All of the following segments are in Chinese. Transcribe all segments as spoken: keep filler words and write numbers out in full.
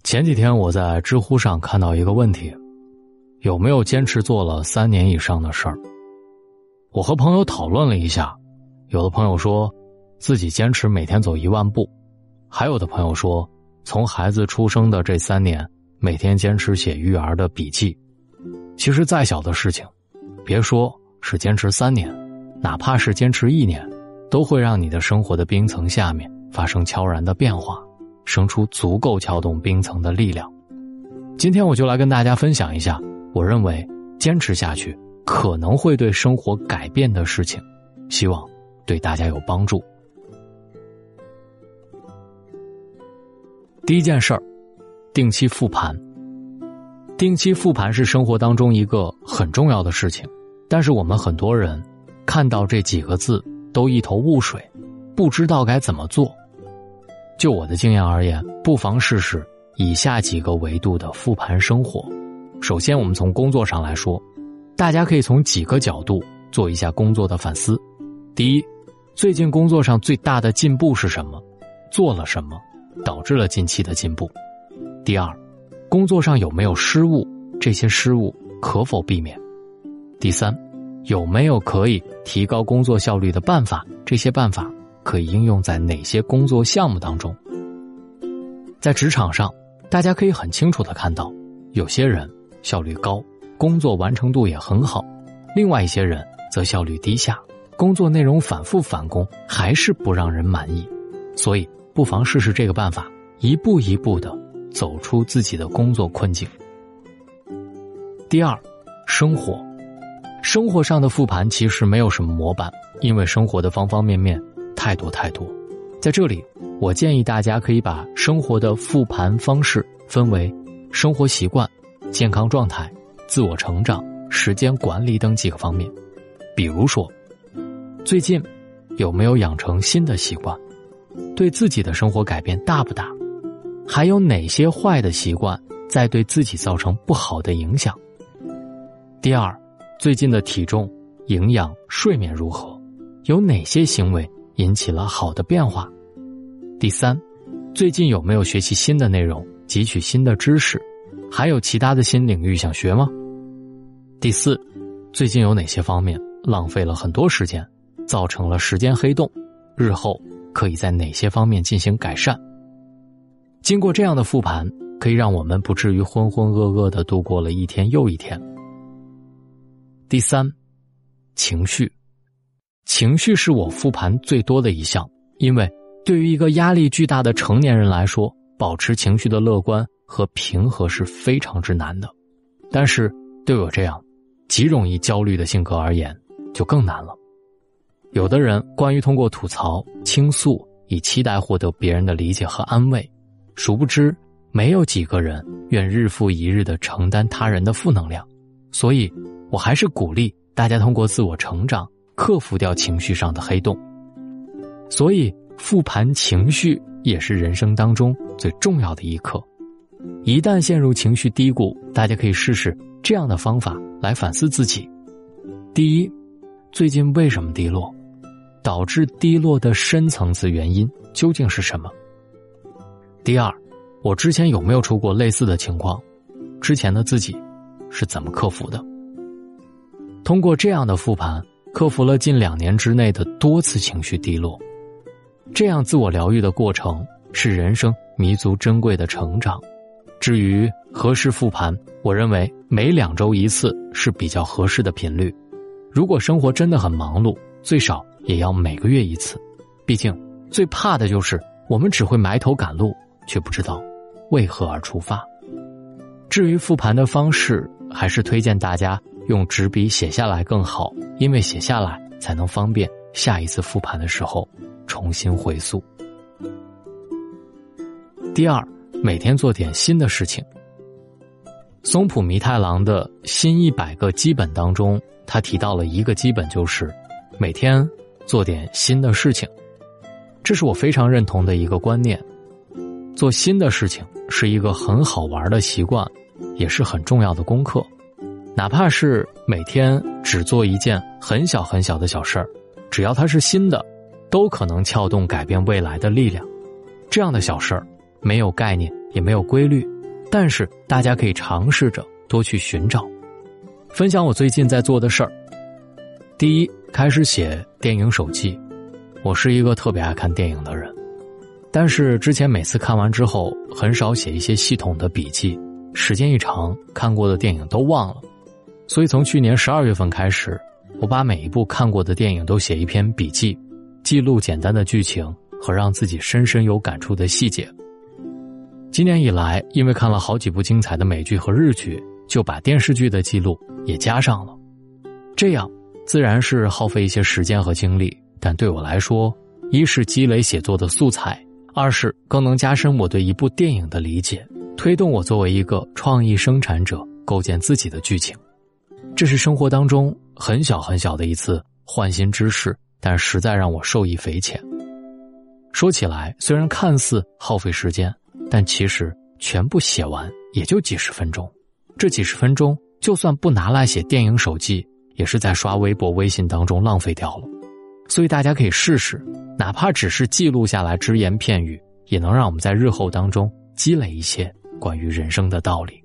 前几天我在知乎上看到一个问题，有没有坚持做了三年以上的事儿？我和朋友讨论了一下，有的朋友说自己坚持每天走一万步，还有的朋友说从孩子出生的这三年每天坚持写育儿的笔记。其实再小的事情，别说是坚持三年，哪怕是坚持一年，都会让你的生活的冰层下面发生悄然的变化，生出足够撬动冰层的力量。今天我就来跟大家分享一下我认为坚持下去可能会对生活改变的事情，希望对大家有帮助。第一件事儿，定期复盘。定期复盘是生活当中一个很重要的事情，但是我们很多人看到这几个字都一头雾水，不知道该怎么做。就我的经验而言，不妨试试以下几个维度的复盘生活。首先我们从工作上来说，大家可以从几个角度做一下工作的反思。第一，最近工作上最大的进步是什么？做了什么导致了近期的进步？第二，工作上有没有失误？这些失误可否避免？第三，有没有可以提高工作效率的办法？这些办法可以应用在哪些工作项目当中？在职场上，大家可以很清楚地看到，有些人效率高，工作完成度也很好，另外一些人则效率低下，工作内容反复返工，还是不让人满意。所以不妨试试这个办法，一步一步地走出自己的工作困境。第二，生活。生活上的复盘其实没有什么模板，因为生活的方方面面太多太多。在这里，我建议大家可以把生活的复盘方式分为生活习惯、健康状态、自我成长、时间管理等几个方面。比如说，最近有没有养成新的习惯？对自己的生活改变大不大？还有哪些坏的习惯在对自己造成不好的影响？第二，最近的体重、营养、睡眠如何？有哪些行为引起了好的变化？第三，最近有没有学习新的内容，汲取新的知识？还有其他的新领域想学吗？第四，最近有哪些方面浪费了很多时间，造成了时间黑洞？日后可以在哪些方面进行改善？经过这样的复盘，可以让我们不至于浑浑噩噩地度过了一天又一天。第三，情绪。情绪是我复盘最多的一项，因为对于一个压力巨大的成年人来说，保持情绪的乐观和平和是非常之难的。但是对我这样极容易焦虑的性格而言，就更难了。有的人关于通过吐槽、倾诉，以期待获得别人的理解和安慰，殊不知没有几个人愿日复一日地承担他人的负能量。所以我还是鼓励大家通过自我成长克服掉情绪上的黑洞。所以复盘情绪也是人生当中最重要的一课。一旦陷入情绪低谷，大家可以试试这样的方法来反思自己。第一，最近为什么低落？导致低落的深层次原因究竟是什么？第二，我之前有没有出过类似的情况？之前的自己是怎么克服的？通过这样的复盘，克服了近两年之内的多次情绪低落。这样自我疗愈的过程是人生弥足珍贵的成长。至于何时复盘，我认为每两周一次是比较合适的频率。如果生活真的很忙碌，最少也要每个月一次。毕竟最怕的就是我们只会埋头赶路，却不知道为何而出发。至于复盘的方式，还是推荐大家用纸笔写下来更好，因为写下来才能方便下一次复盘的时候重新回溯。第二，每天做点新的事情。松浦弥太郎的新一百个基本当中，他提到了一个基本，就是每天做点新的事情。这是我非常认同的一个观念。做新的事情是一个很好玩的习惯，也是很重要的功课。哪怕是每天只做一件很小很小的小事儿，只要它是新的，都可能撬动改变未来的力量。这样的小事儿没有概念，也没有规律， 但是大家可以尝试着多去寻找。分享我最近在做的事儿。第一，开始写电影手记。我是一个特别爱看电影的人，但是之前每次看完之后很少写一些系统的笔记，时间一长看过的电影都忘了。所以从去年十二月份开始，我把每一部看过的电影都写一篇笔记，记录简单的剧情和让自己深深有感触的细节。今年以来，因为看了好几部精彩的美剧和日剧，就把电视剧的记录也加上了。这样自然是耗费一些时间和精力，但对我来说，一是积累写作的素材，二是更能加深我对一部电影的理解，推动我作为一个创意生产者构建自己的剧情。这是生活当中很小很小的一次换新之事，但实在让我受益匪浅。说起来，虽然看似耗费时间，但其实全部写完也就几十分钟。这几十分钟就算不拿来写电影手记，也是在刷微博微信当中浪费掉了。所以大家可以试试，哪怕只是记录下来只言片语，也能让我们在日后当中积累一些关于人生的道理。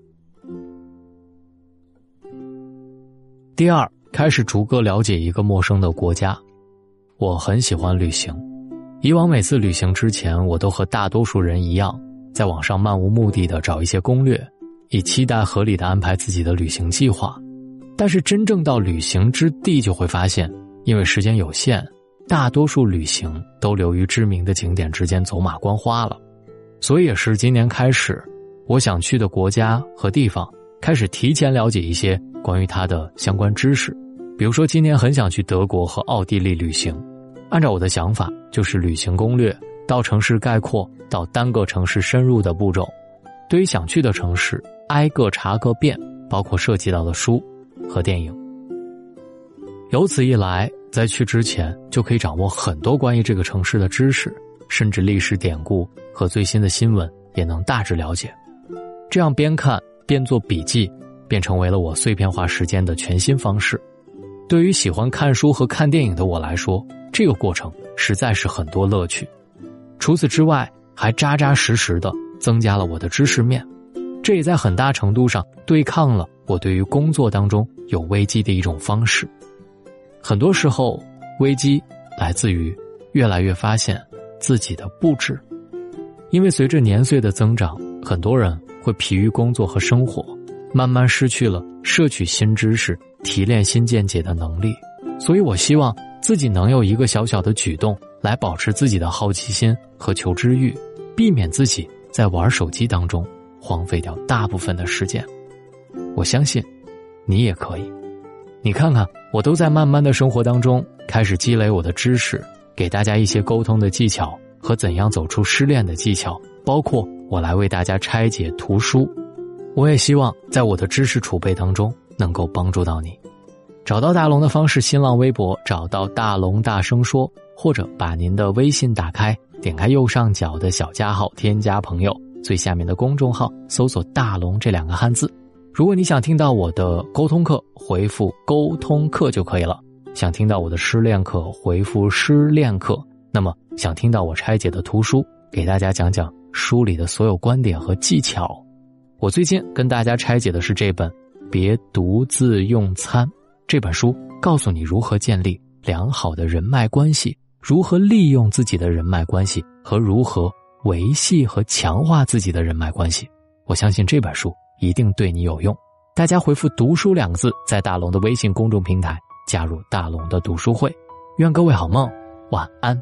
第二，开始逐个了解一个陌生的国家。我很喜欢旅行，以往每次旅行之前，我都和大多数人一样，在网上漫无目的的找一些攻略，以期待合理的安排自己的旅行计划。但是真正到旅行之地，就会发现因为时间有限，大多数旅行都流于知名的景点之间走马观花了。所以也是今年开始，我想去的国家和地方开始提前了解一些关于它的相关知识。比如说今年很想去德国和奥地利旅行，按照我的想法，就是旅行攻略到城市概括到单个城市深入的步骤。对于想去的城市，挨个查个遍，包括涉及到的书和电影。由此一来，在去之前就可以掌握很多关于这个城市的知识，甚至历史典故和最新的新闻也能大致了解。这样边看边做笔记，便成为了我碎片化时间的全新方式。对于喜欢看书和看电影的我来说，这个过程实在是很多乐趣。除此之外，还扎扎实实地增加了我的知识面，这也在很大程度上对抗了我对于工作当中有危机的一种方式。很多时候，危机来自于越来越发现自己的不知。因为随着年岁的增长，很多人会疲于工作和生活，慢慢失去了摄取新知识、提炼新见解的能力。所以我希望自己能有一个小小的举动，来保持自己的好奇心和求知欲，避免自己在玩手机当中荒废掉大部分的时间。我相信你也可以。你看看，我都在慢慢的生活当中开始积累我的知识，给大家一些沟通的技巧和怎样走出失恋的技巧，包括我来为大家拆解图书。我也希望在我的知识储备当中能够帮助到你。找到大龙的方式，新浪微博找到大龙大声说，或者把您的微信打开，点开右上角的小加号，添加朋友，最下面的公众号搜索大龙这两个汉字。如果你想听到我的沟通课，回复沟通课就可以了。想听到我的失恋课，回复失恋课。那么想听到我拆解的图书，给大家讲讲书里的所有观点和技巧。我最近跟大家拆解的是这本《别独自用餐》这本书，告诉你如何建立良好的人脉关系，如何利用自己的人脉关系，和如何维系和强化自己的人脉关系。我相信这本书一定对你有用。大家回复读书两个字，在大龙的微信公众平台加入大龙的读书会。愿各位好梦，晚安。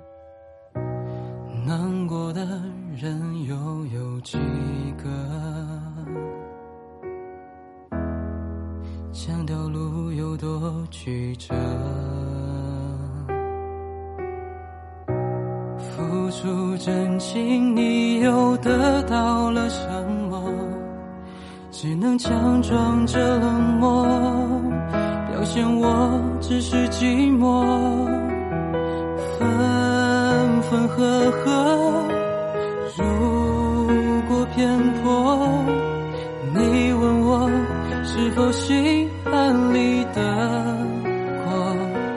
难过的人又有几个，想条路有多曲折，付出真情你又得到了什么？只能强装着冷漠，表现我只是寂寞。分分合合，如果偏颇，你问我是否心安理得过？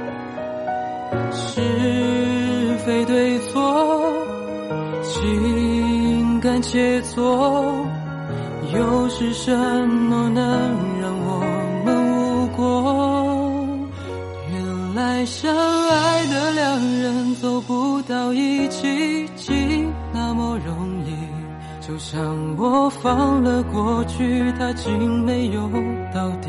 是非对错，情感切磋， 又是什么能让我们无果？原来相爱的两人走不到一起，竟那么容易。就像我放了过去，它竟没有到底。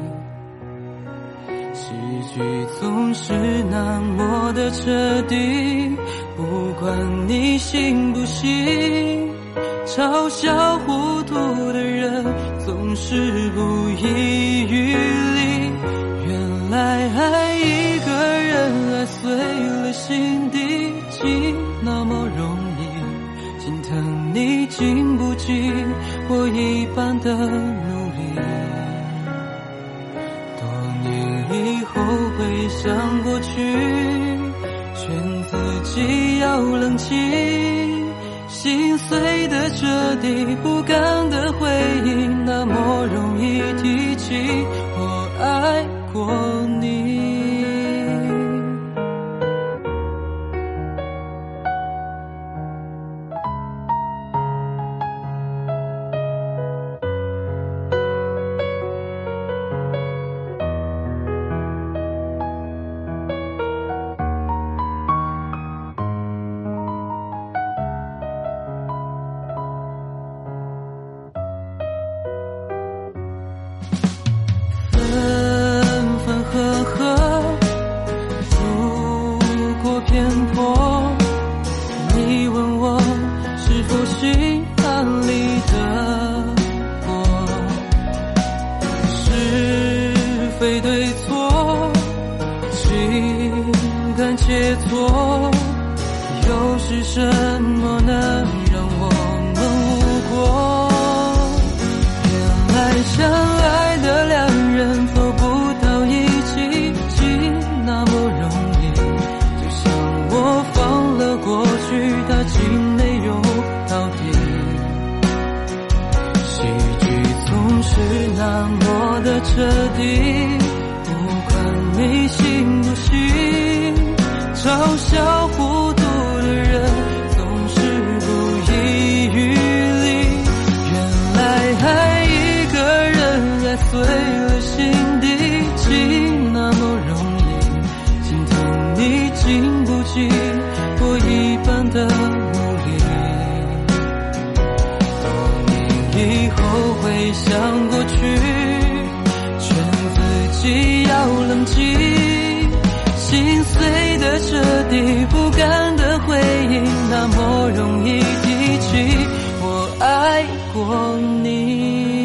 喜剧总是那么的彻底，不管你信不信，嘲笑糊涂的人总是不遗余力。原来爱一个人，爱碎了心底，竟那么容易。心疼你经不起我一般的努力。多年以后回想过去，劝自己要冷静，心碎的彻底，不甘的回忆，那么容易提起我爱过你。切磋，又是什么能让我们无果？原来相爱的两人走不到一起，竟那么容易。就像我放了过去，它竟没有到底。喜剧总是那么的彻底，不管你信不信，嘲笑糊涂的人总是不遗余力。原来爱一个人，爱碎了心底，竟那么容易。心疼你经不起我一般的努力。多年以后回想过去，劝自己要冷静，心碎的彻底，不甘的回忆，那么容易提起我爱过你。